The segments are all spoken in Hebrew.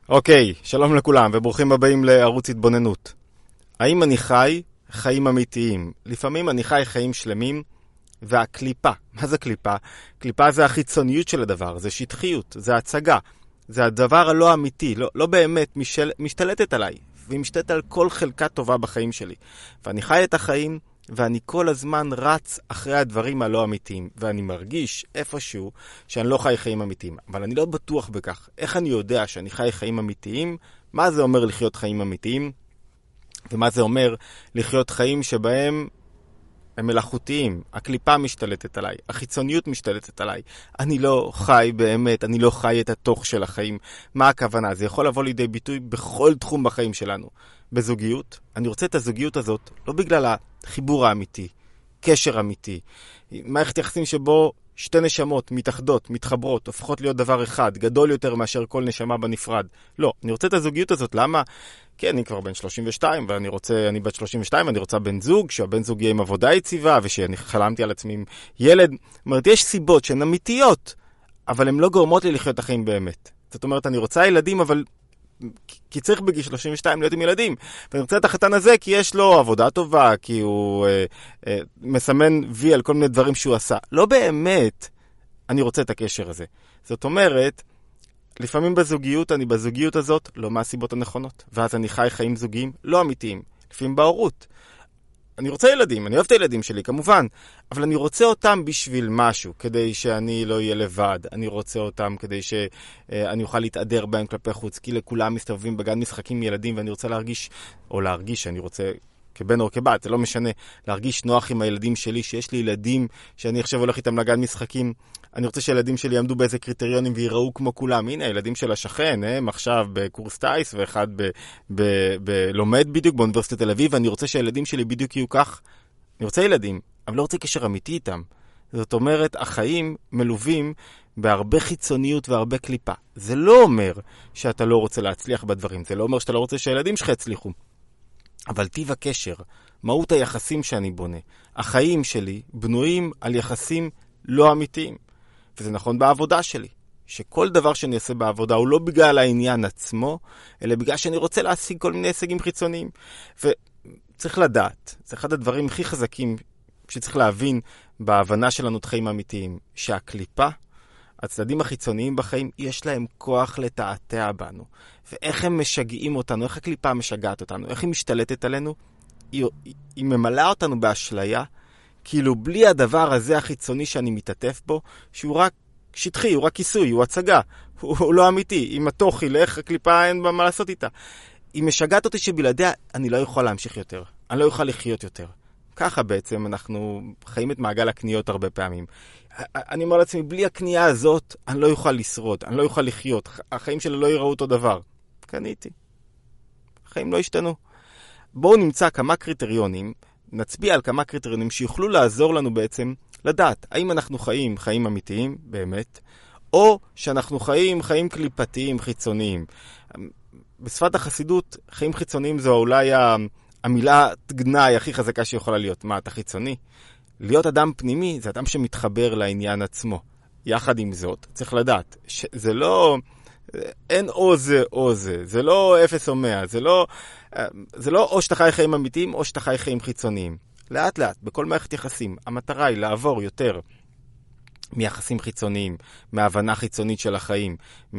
אוקיי, שלום לכולם וברוכים הבאים לערוץ התבוננות. האם אני חי חיים אמיתיים? לפעמים אני חי חיים שלמים, והקליפה, מה זה קליפה? קליפה זה החיצוניות של הדבר, זה שטחיות, זה הצגה, זה הדבר הלא אמיתי, לא באמת משתלטת עליי, והיא משתלטת על כל חלקה טובה בחיים שלי. ואני חי את החיים, ואני כל הזמן רץ אחרי הדברים הלא אמיתיים, ואני מרגיש איפשהו שאני לא חי חיים אמיתיים, אבל אני לא בטוח בכך. איך אני יודע שאני חי חיים אמיתיים? מה זה אומר לחיות חיים אמיתיים? ומה זה אומר לחיות חיים שבהם הם מלאכותיים? הקליפה משתלטת עליי, החיצוניות משתלטת עליי. אני לא חי באמת, אני לא חי את התוך של החיים. מה הכוונה? זה יכול לבוא לידי ביטוי בכל תחום בחיים שלנו. בזוגיות, אני רוצה את הזוגיות הזאת לא בגלל החיבור האמיתי, קשר אמיתי, מערכת יחסים שבו שתי נשמות מתאחדות, מתחברות, הופכות להיות דבר אחד, גדול יותר מאשר כל נשמה בנפרד. לא, אני רוצה את הזוגיות הזאת. למה? כן, אני כבר בן 32, אני בת 32, ואני רוצה בן זוג, שהבן זוג יהיה עם עבודה יציבה, ושאני חלמתי על עצמי עם ילד. זאת אומרת, יש סיבות שהן אמיתיות, אבל הן לא גורמות לי לחיות החיים באמת. זאת אומרת, אני רוצה ילדים, אבל כי צריך בגיל 32 להיות עם ילדים. ואני רוצה את החתן הזה כי יש לו עבודה טובה, כי הוא מסמן וי על כל מיני דברים שהוא עשה. לא באמת אני רוצה את הקשר הזה. זאת אומרת, לפעמים בזוגיות, אני בזוגיות הזאת לא מהסיבות הנכונות. ואז אני חי חיים זוגיים לא אמיתיים. לפעמים בהורות. אני רוצה ילדים, אני אוהב את הילדים שלי כמובן, אבל אני רוצה אותם בשביל משהו, כדי שאני לא אהיה לבד. אני רוצה אותם כדי שאני אוכל להתעדר בהם כלפי חוץ, כי לכולם מסתובבים בגן משחקים ילדים, ואני רוצה להרגיש, שאני רוצה כבן או כבת, זה לא משנה, להרגיש נוח עם הילדים שלי, שיש לי ילדים שאני עכשיו הולך איתם לגן משחקים. אני רוצה שהילדים שלי יעמדו באיזה קריטריונים ויראו כמו כולם. הנה, הילדים של השכן, הם עכשיו בקורס טייס, ואחד לומד בדיוק באוניברסיטת תל אביב, ואני רוצה שהילדים שלי בדיוק יהיו כך. אני רוצה ילדים, אבל לא רוצה קשר אמיתי איתם. זאת אומרת, החיים מלווים בהרבה חיצוניות והרבה קליפה. זה לא אומר שאתה לא רוצה להצליח בדברים, זה לא אומר שאתה לא רוצה שהילדים שלך יצליחו. אבל טיב הקשר, מהות היחסים שאני בונה, החיים שלי בנויים על יחסים לא אמיתיים. וזה נכון בעבודה שלי, שכל דבר שאני אעשה בעבודה הוא לא בגלל העניין עצמו, אלא בגלל שאני רוצה להשיג כל מיני הישגים חיצוניים. וצריך לדעת, זה אחד הדברים הכי חזקים שצריך להבין בהבנה שלנו את חיים אמיתיים, שהקליפה, הצדדים החיצוניים בחיים, יש להם כוח לתעתע בנו. ואיך הם משגעים אותנו, איך הקליפה משגעת אותנו, איך היא משתלטת עלינו, היא ממלאה אותנו באשליה, כאילו בלי הדבר הזה החיצוני שאני מתעטף בו, שהוא רק שטחי, הוא רק כיסוי, הוא הצגה, הוא לא אמיתי. אם התוך ילך, הקליפה אין מה לעשות איתה. היא משגעת אותי שבלעדיה אני לא יכול להמשיך יותר, אני לא יכול לחיות יותר. ככה בעצם אנחנו חיים את מעגל הקניות הרבה פעמים. אני אומר לעצמי, בלי הקנייה הזאת אני לא יוכל לשרוד, אני לא יוכל לחיות, החיים שלי לא יראו אותו דבר. קניתי. החיים לא השתנו. בואו נמצא כמה קריטריונים, נצביע על כמה קריטריונים שיוכלו לעזור לנו בעצם לדעת האם אנחנו חיים חיים אמיתיים באמת, או שאנחנו חיים חיים קליפתיים חיצוניים. בשפת החסידות, חיים חיצוניים זו אולי המילה גנאי הכי חזקה שיכולה להיות. מה, אתה חיצוני? להיות אדם פנימי זה אדם שמתחבר לעניין עצמו. יחד עם זאת, צריך לדעת, זה לא, אין או זה או זה, זה לא 0 או 100, זה לא או שאתה חי חיים אמיתיים או שאתה חי חיים חיצוניים. לאט לאט, בכל מערכת יחסים, המטרה היא לעבור יותר מיחסים חיצוניים, מהבנה חיצונית של החיים,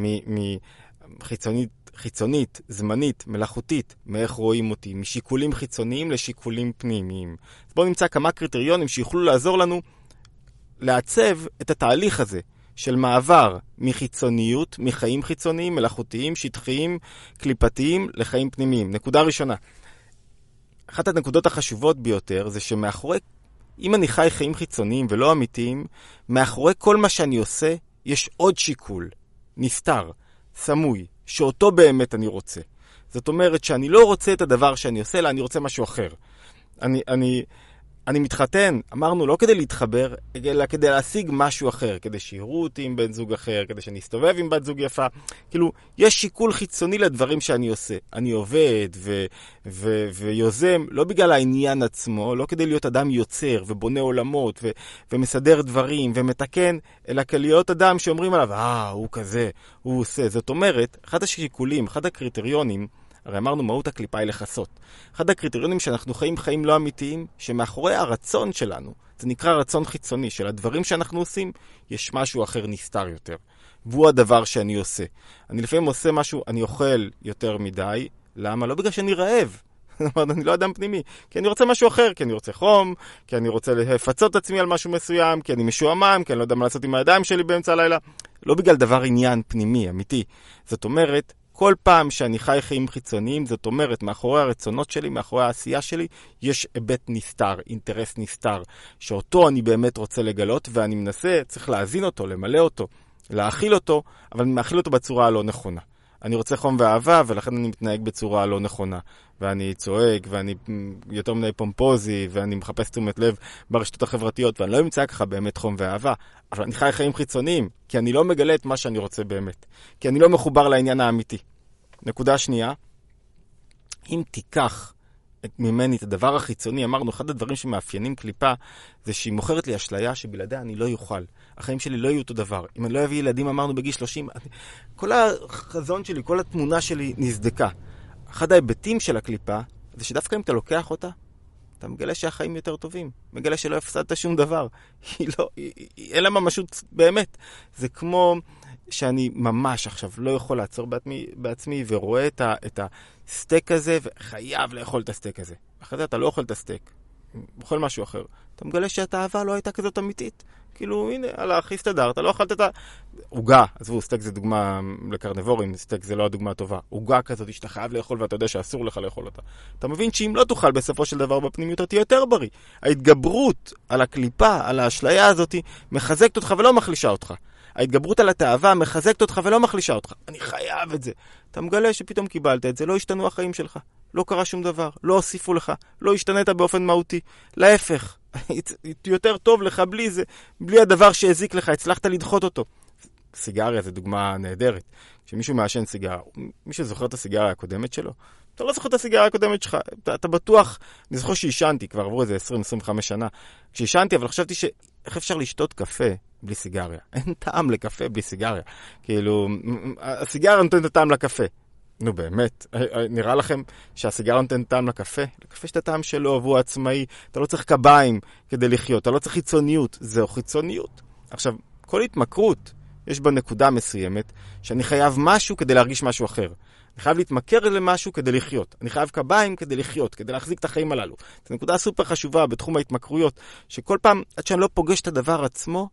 חיצונית, זמנית, מלאכותית, מאיך רואים אותי, משיקולים חיצוניים לשיקולים פנימיים. אז בואו נמצא כמה קריטריונים שיוכלו לעזור לנו לעצב את התהליך הזה של מעבר מחיצוניות, מחיים חיצוניים, מלאכותיים, שטחיים, קליפתיים, לחיים פנימיים. נקודה ראשונה. אחת הנקודות החשובות ביותר זה שמאחורי, אם אני חי חיים חיצוניים ולא אמיתיים, מאחורי כל מה שאני עושה, יש עוד שיקול, נסתר, סמוי, שאותו באמת אני רוצה. זאת אומרת שאני לא רוצה את הדבר שאני עושה, אלא אני רוצה משהו אחר. אני מתחתן, אמרנו, לא כדי להתחבר, אלא כדי להשיג משהו אחר, כדי שיראו אותי עם בן זוג אחר, כדי שאני אסתובב עם בת זוג יפה. כאילו, יש שיקול חיצוני לדברים שאני עושה. אני עובד ויוזם, לא בגלל העניין עצמו, לא כדי להיות אדם יוצר ובונה עולמות ומסדר דברים ומתקן, אלא כלהיות אדם שאומרים עליו, הוא כזה, הוא עושה. זאת אומרת, אחד השיקולים, אחד הקריטריונים, הרי אמרנו מהות הקליפה היא לחסות. אחד הקריטריונים שאנחנו חיים לא אמיתיים, שמאחורי הרצון שלנו, זה נקרא רצון חיצוני, של הדברים שאנחנו עושים, יש משהו אחר נסתר יותר. והוא הדבר שאני עושה. אני לפעמים עושה משהו, אני אוכל יותר מדי, למה? לא בגלל שאני רעב. אני לא אדם פנימי, כי אני רוצה משהו אחר, כי אני רוצה חום, כי אני רוצה לפצות את עצמי על משהו מסוים, כי אני משועמם, כי אני לא יודע מה לעשות עם הידיים שלי באמצע הלילה. לא בגלל דבר עניין פנימי, אמיתי. זאת אומרת, כל פעם שאני חי חיים חיצוניים, זאת אומרת, מאחורי הרצונות שלי, מאחורי העשייה שלי, יש היבט נסתר, אינטרס נסתר, שאותו אני באמת רוצה לגלות, ואני מנסה, צריך להזין אותו, למלא אותו, להאכיל אותו, אבל אני מאכיל אותו בצורה הלא נכונה. אני רוצה חום ואהבה, ולכן אני מתנהג בצורה הלא נכונה. ואני צועק, ואני יותר מדי פומפוזי, ואני מחפש תשומת לב ברשתות החברתיות, ואני לא אמצא ככה באמת חום ואהבה, אבל אני חי חיים חיצוניים, כי אני לא מגלה את מה שאני רוצה באמת. כי אני לא מחובר לעניין האמיתי. נקודה שנייה, אם תיקח ממני את הדבר החיצוני, אמרנו, אחד הדברים שמאפיינים קליפה, זה שהיא מוכרת לי אשליה שבלעדיה אני לא יוכל. החיים שלי לא יהיו אותו דבר. אם אני לא אביא ילדים, אמרנו, בגיל 30, כל החזון שלי, כל התמונה שלי נסדקה. אחד ההיבטים של הקליפה, זה שדווקא אם אתה לוקח אותה, אתה מגלה שהחיים יותר טובים. מגלה שלא הפסדת שום דבר. אין לה ממשות באמת. זה כמו שאני ממש עכשיו לא יכול לעצור בעצמי ורואה את הסטייק הזה וחייב לאכול את הסטייק הזה. אחרי זה אתה לא אוכל את הסטייק, אוכל משהו אחר. אתה מגלה שאת האהבה לא הייתה כזאת אמיתית. כאילו, הנה, הלך, הסתדר, אתה לא אכלת את עוגה. עזבו, סטייק זה דוגמה לקרנבורים, סטייק זה לא הדוגמה הטובה. עוגה כזאת שאתה חייב לאכול ואתה יודע שאסור לך לאכול אותה. אתה מבין שאם לא תאכל בסופו של דבר בפנימיות, אתה תהיה יותר בריא. ההתגברות על הקליפה, על האשליה הזאת, מחזקת אותך ולא מחלישה אותך. ההתגברות על התאווה מחזקת אותך ולא מחלישה אותך. אני חייב את זה. אתה מגלה שפתאום קיבלת את זה, לא השתנו החיים שלך. לא קרה שום דבר, לא הוסיפו לך, לא השתנית באופן מהותי. להפך, יותר טוב לך בלי זה, בלי הדבר שהזיק לך, הצלחת לדחות אותו. סיגריה זה דוגמה נהדרת. כשמישהו מעשן סיגריה, מישהו זוכר את הסיגריה הקודמת שלו? אתה לא זוכר את הסיגריה הקודמת שלך, אתה בטוח, אני זוכר שישנתי, כבר עברו איזה 20-25 שנה, כשישנתי, אבל חשבתי איך אפשר לשתות קפה בלי סיגריה? אין טעם לקפה בלי סיגריה. כאילו, הסיגריה נותנת טעם לקפה. נו באמת, נראה לכם שהסיגריה נותנת טעם לקפה? לקפה יש את הטעם שלו, והוא עצמאי, אתה לא צריך קביים כדי לחיות, אתה לא צריך חיצוניות, זהו חיצוניות. עכשיו, כל התמכרות, יש בה נקודה מסוימת, שאני חייב משהו כדי להרגיש משהו אחר. אני חייב להתמכר למשהו כדי לחיות. אני חייב קביים כדי לחיות, כדי להחזיק את החיים הללו. זו נקודה סופר חשובה בתחום ההתמכרויות, שכל פעם, עד שאני לא פוגש את הדבר עצמו,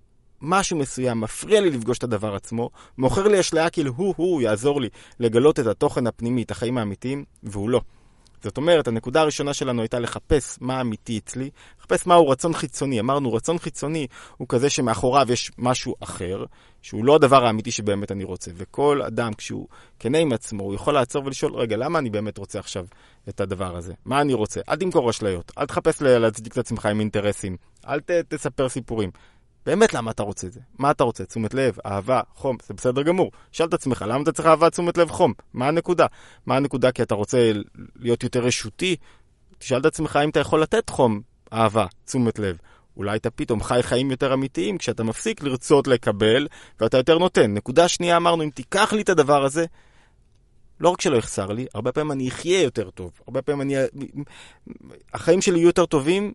משהו מסוים מפריע לי לפגוש את הדבר עצמו, מוכר לי אשליה כאילו הוא יעזור לי לגלות את התוכן הפנימי, את החיים האמיתיים, והוא לא. זאת אומרת, הנקודה הראשונה שלנו הייתה לחפש מה אמיתי אצלי, לחפש מהו רצון חיצוני. אמרנו, רצון חיצוני הוא כזה שמאחוריו יש משהו אחר, שהוא לא הדבר האמיתי שבאמת אני רוצה. וכל אדם, כשהוא כנה עם עצמו, הוא יכול לעצור ולשאול, רגע, למה אני באמת רוצה עכשיו את הדבר הזה? מה אני רוצה? אל תמכור אשליות, אל תחפש להצדיק את עצמך עם אינטרסים, אל תספר סיפורים. באמת למה אתה רוצה את זה? מה אתה רוצה? תשומת לב, אהבה, חום, זה בסדר גמור. שאל את עצמך, למה אתה צריך אהבה, תשומת לב, חום? מה הנקודה? מה הנקודה? כי אתה רוצה להיות יותר רשותי? תשאל את עצמך אם אתה יכול לתת חום, אהבה, תשומת לב. אולי אתה פתאום חי חיים יותר אמיתיים כשאתה מפסיק לרצות לקבל ואתה יותר נותן. נקודה שנייה אמרנו, אם תיקח לי את הדבר הזה, לא רק שלא יחסר לי, הרבה פעמים אני אחיה יותר טוב. הרבה פעמים החיים שלי יהיו יותר טובים,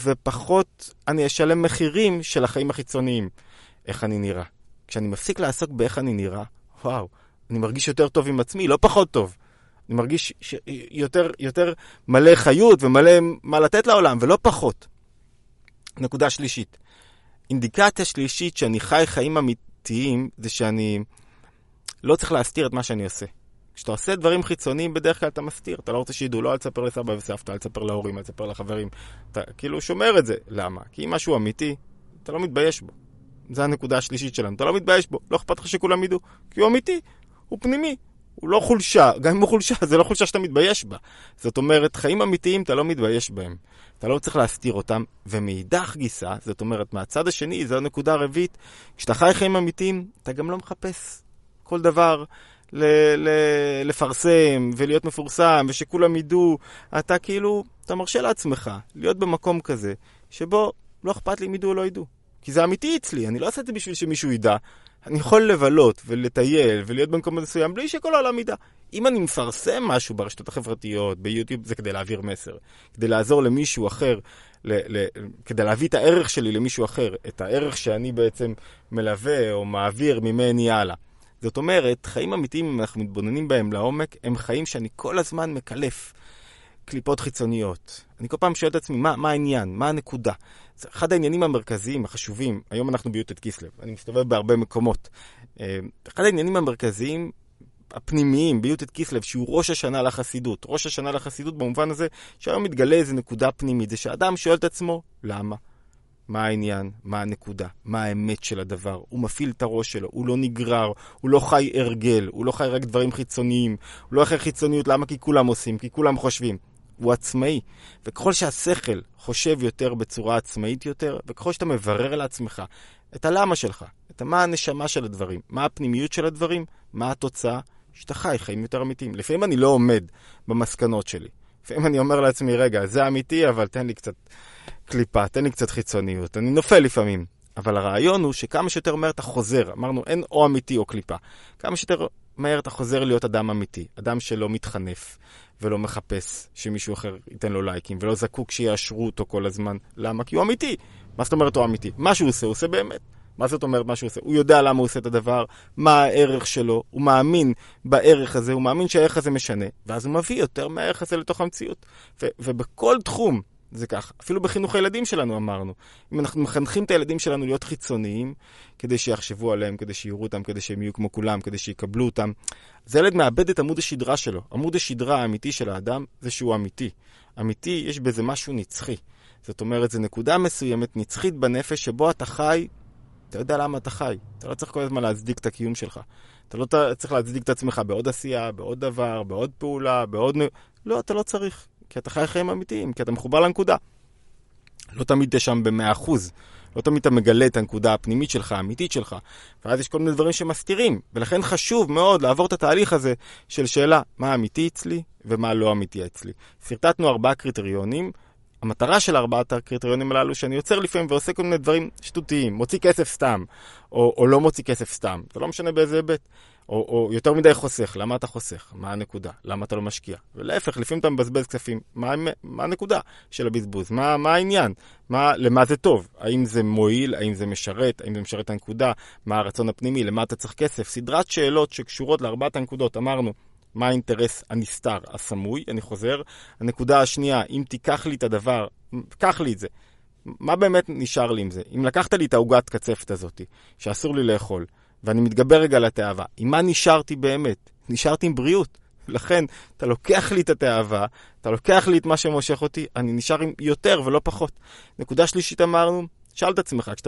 ופחות אני אשלם מחירים של החיים החיצוניים. איך אני נראה. כשאני מפסיק לעסוק באיך אני נראה, וואו, אני מרגיש יותר טוב עם עצמי, לא פחות טוב. אני מרגיש יותר מלא חיות ומלא מה לתת לעולם, ולא פחות. נקודה שלישית. אינדיקציה שלישית שאני חי חיים אמיתיים, זה שאני לא צריך להסתיר את מה שאני עושה. כשאתה עושה דברים חיצוניים, בדרך כלל אתה מסתיר. אתה לא רוצה שידעו, לא אל תספר לסבא וסבתא, אל תספר להורים, אל תספר לחברים. אתה כאילו שומר את זה. למה? כי אם משהו אמיתי, אתה לא מתבייש בו. זו הנקודה השלישית שלנו. אתה לא מתבייש בו. לא אכפת לך שכולם ידעו. כי הוא אמיתי. הוא פנימי. הוא לא חולשה, גם אם הוא חולשה, זה לא חולשה שאתה מתבייש בה. זאת אומרת, חיים אמיתיים אתה לא מתבייש בהם. אתה לא צריך להסתיר אותם, ומאידך גיסה, זאת אומרת, מהצד השני, זו הנקודה הרביעית, כשאתה חי חיים אמיתיים, אתה גם לא מחפש כל דבר לפרסם ולהיות מפורסם, ושכולם ידעו, אתה כאילו, אתה מרשה לעצמך להיות במקום כזה, שבו לא אכפת לי אם ידעו או לא ידעו. כי זה אמיתי אצלי, אני לא עושה את זה בשביל שמישהו ידע. אני יכול לבלות ולטייל ולהיות במקום מסוים בלי שכל העולם ידע. אם אני מפרסם משהו ברשתות החברתיות, ביוטיוב, זה כדי להעביר מסר. כדי לעזור למישהו אחר, כדי להביא את הערך שלי למישהו אחר, את הערך שאני בעצם מלווה או מעביר ממני הלאה. זאת אומרת, חיים אמיתיים, אם אנחנו מתבוננים בהם לעומק, הם חיים שאני כל הזמן מקלף. קליפות חיצוניות. אני כל פעם שואל את עצמי, מה העניין? מה הנקודה? זה אחד העניינים המרכזיים, החשובים. היום אנחנו ביוטט קיסלב. אני מסתובב בהרבה מקומות. אחד העניינים המרכזיים, הפנימיים, ביוטט קיסלב, שהוא ראש השנה לחסידות. ראש השנה לחסידות במובן הזה, שהיום מתגלה איזו נקודה פנימית. זה שאדם שואל את עצמו, למה? מה העניין? מה הנקודה? מה האמת של הדבר? הוא מפעיל את הראש שלו, הוא לא נגרר, הוא לא חי הרגל, הוא לא חי רק דברים חיצוניים, הוא לא חי חיצוניות, למה? כי כולם עושים, כי כולם חושבים. הוא עצמאי, וככל שהשכל חושב יותר בצורה עצמאית יותר, וככל שאתה מברר לעצמך את הלמה שלך, את מה הנשמה של הדברים, מה הפנימיות של הדברים, מה התוצאה, שאתה חי חיים יותר אמיתיים. לפעמים אני לא עומד במסקנות שלי. לפעמים אני אומר לעצמי, רגע, זה אמיתי, אבל תן לי קצת קליפה, תן לי קצת חיצוניות. אני נופל לפעמים. אבל הרעיון הוא שכמה שיותר מהר אתה חוזר. אמרנו, אין או אמיתי או קליפה. כמה שיותר מהר אתה חוזר להיות אדם אמיתי. אדם שלא מתחנף ולא מחפש שמישהו אחר ייתן לו לייקים, ולא זקוק שיאשרו אותו כל הזמן. למה? כי הוא אמיתי. מה זאת אומרת הוא אמיתי? מה שהוא עושה, הוא עושה באמת. מה זאת אומרת מה שהוא עושה? הוא יודע למה הוא עושה את הדבר, מה הערך שלו, הוא מאמין בערך הזה, הוא מאמין שהערך הזה משנה, ואז הוא מביא יותר מהערך הזה לתוך המציאות. ובכל תחום זה כך. אפילו בחינוך הילדים שלנו אמרנו. אם אנחנו מחנכים את הילדים שלנו להיות חיצוניים, כדי שיחשבו עליהם, כדי שיראו אותם, כדי שהם יהיו כמו כולם, כדי שיקבלו אותם, אז הילד מאבד את עמוד השדרה שלו. עמוד השדרה האמיתי של האדם זה שהוא אמיתי. אמיתי, יש בזה משהו נצחי. זאת אומרת, זה נקודה מסוימת נצחית בנפש שבו אתה חי, אתה יודע למה אתה חי. אתה לא צריך כל הזמן להצדיק את הקיום שלך. אתה לא צריך להצדיק את עצמך בעוד עשייה, בעוד דבר, בעוד פעולה, בעוד... לא, אתה לא צריך. כי אתה חי חיים אמיתיים, כי אתה מחובר לנקודה. לא תמיד אתה שם ב100%. לא תמיד אתה מגלה את הנקודה הפנימית שלך, האמיתית שלך. ואז יש כל מיני דברים שמסתירים. ולכן חשוב מאוד לעבור את התהליך הזה של שאלה, מה אמיתי אצלי ומה לא אמיתי אצלי. סרטטנו 4 קריטריונים. המטרה של 4 הקריטריונים הללו, שאני יוצר לפעמים ועושה כל מיני דברים שטותיים, מוציא כסף סתם, או לא מוציא כסף סתם. זה לא משנה באיזה היבט. או יותר מדי חוסך. למה אתה חוסך? מה הנקודה? למה אתה לא משקיע? ולהפך, לפעמים אתה מבזבז כספים. מה הנקודה של הבזבוז? מה העניין? למה זה טוב? האם זה מועיל? האם זה משרת? האם זה משרת הנקודה? מה הרצון הפנימי? למה אתה צריך כסף? סדרת שאלות שקשורות ל4 הנקודות. אמרנו, מה האינטרס הנסתר, הסמוי? אני חוזר. הנקודה השנייה, אם תיקח לי את הדבר, קח לי את זה. מה באמת נשאר לי עם זה? אם לקחת לי את העוגת קצפת הזאת, שאסור לי לאכול, ואני מתגבר רגע לתאווה. עם מה נשארתי באמת? נשארתי עם בריאות. לכן, אתה לוקח לי את התאווה, אתה לוקח לי את מה שמושך אותי, אני נשאר עם יותר ולא פחות. נקודה שלישית אמרנו, שאל את עצמך, כשאתה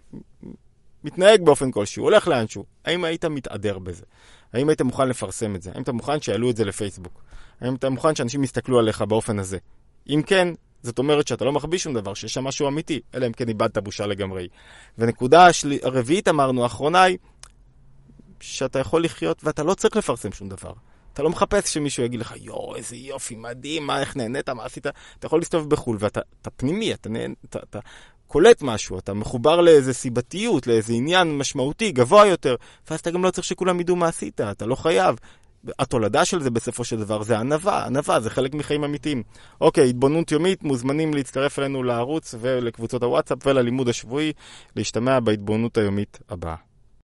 מתנהג באופן כלשהו, הולך לאנשהו, האם היית מתעדר בזה? האם היית מוכן לפרסם את זה? האם אתה מוכן שיעלו את זה לפייסבוק? האם אתה מוכן שאנשים יסתכלו עליך באופן הזה? אם כן, זאת אומרת שאתה לא מחביא שום דבר, שיש שם משהו אמיתי, אלא אם כן איבדת בושה לגמרי. ונקודה הרביעית אמרנו, האחרונה היא, שאתה יכול לחיות ואתה לא צריך לפרסם שום דבר. אתה לא מחפש שמישהו יגיד לך, יו, איזה יופי, מדהים, איך נהנית, מה עשית? אתה יכול להסתובב בחול, ואתה פנימי, אתה קולט משהו, אתה מחובר לאיזה סיבתיות, לאיזה עניין משמעותי, גבוה יותר, ואז אתה גם לא צריך שכולם ידעו מה עשית, אתה לא חייב. התולדה של זה בסופו של דבר זה ענווה, זה חלק מחיים אמיתיים. אוקיי, התבוננות יומית, מוזמנים להצטרף אלינו לערוץ ולקבוצות הוואטסאפ וללימוד השבועי, להשתמע בהתבוננות היומית הבאה.